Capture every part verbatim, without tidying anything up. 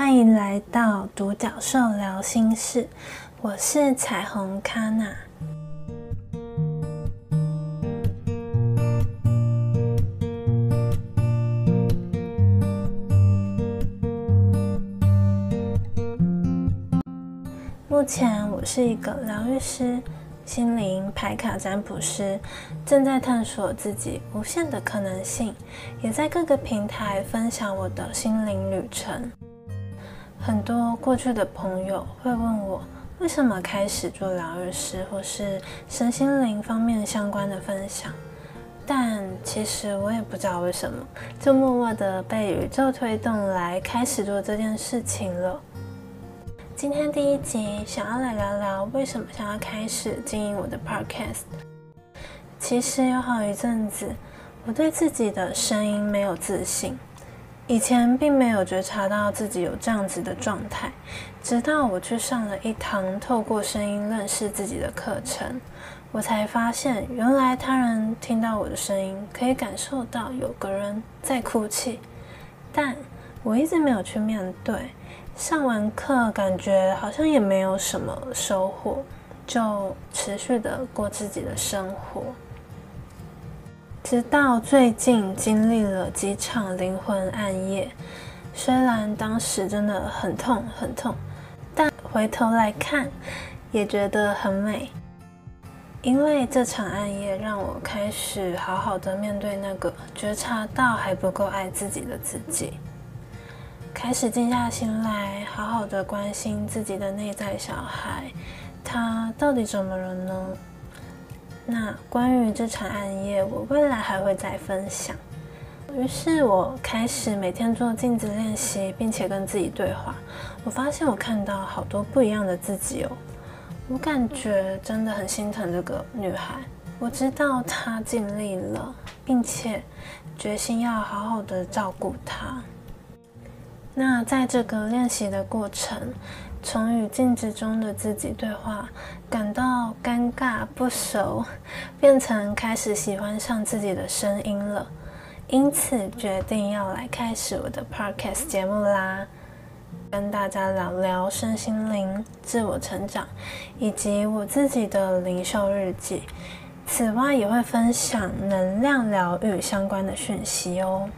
欢迎来到独角兽聊心事，我是彩虹卡娜。目前我是一个疗愈师、心灵牌卡占卜师，正在探索自己无限的可能性，也在各个平台分享我的心灵旅程。很多过去的朋友会问我，为什么开始做疗愈师或是身心灵方面相关的分享，但其实我也不知道为什么，就默默的被宇宙推动来开始做这件事情了。今天第一集想要来聊聊为什么想要开始经营我的 podcast。 其实有好一阵子我对自己的声音没有自信，以前并没有觉察到自己有这样子的状态，直到我去上了一堂透过声音认识自己的课程，我才发现原来他人听到我的声音可以感受到有个人在哭泣，但我一直没有去面对。上完课感觉好像也没有什么收获，就持续的过自己的生活。直到最近经历了几场灵魂暗夜，虽然当时真的很痛很痛，但回头来看也觉得很美。因为这场暗夜让我开始好好的面对那个觉察到还不够爱自己的自己，开始静下心来，好好的关心自己的内在小孩，他到底怎么了呢？那关于这场暗夜，我未来还会再分享。于是我开始每天做镜子练习，并且跟自己对话。我发现我看到好多不一样的自己哦，我感觉真的很心疼这个女孩。我知道她尽力了，并且决心要好好的照顾她。那在这个练习的过程，从与镜子中的自己对话，感到尴尬不熟，变成开始喜欢上自己的声音了。因此决定要来开始我的 podcast 节目啦，跟大家聊聊身心灵、自我成长，以及我自己的灵修日记。此外也会分享能量疗愈相关的讯息哦。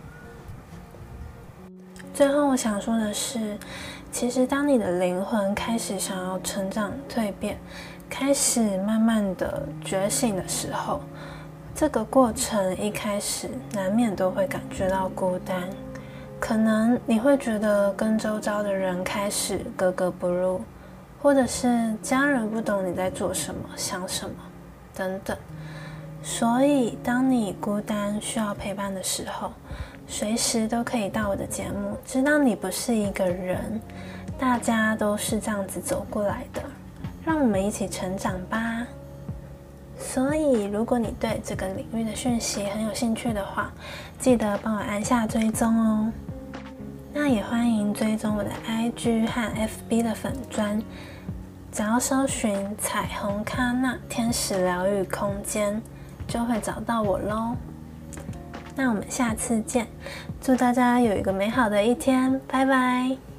最后我想说的是，其实当你的灵魂开始想要成长蜕变，开始慢慢的觉醒的时候，这个过程一开始难免都会感觉到孤单，可能你会觉得跟周遭的人开始格格不入，或者是家人不懂你在做什么想什么等等。所以当你孤单需要陪伴的时候，随时都可以到我的节目，知道你不是一个人，大家都是这样子走过来的，让我们一起成长吧。所以如果你对这个领域的讯息很有兴趣的话，记得帮我按下追踪哦。那也欢迎追踪我的 I G 和 F B 的粉专，只要搜寻彩虹卡娜天使疗愈空间就会找到我咯。那我们下次见，祝大家有一个美好的一天，拜拜。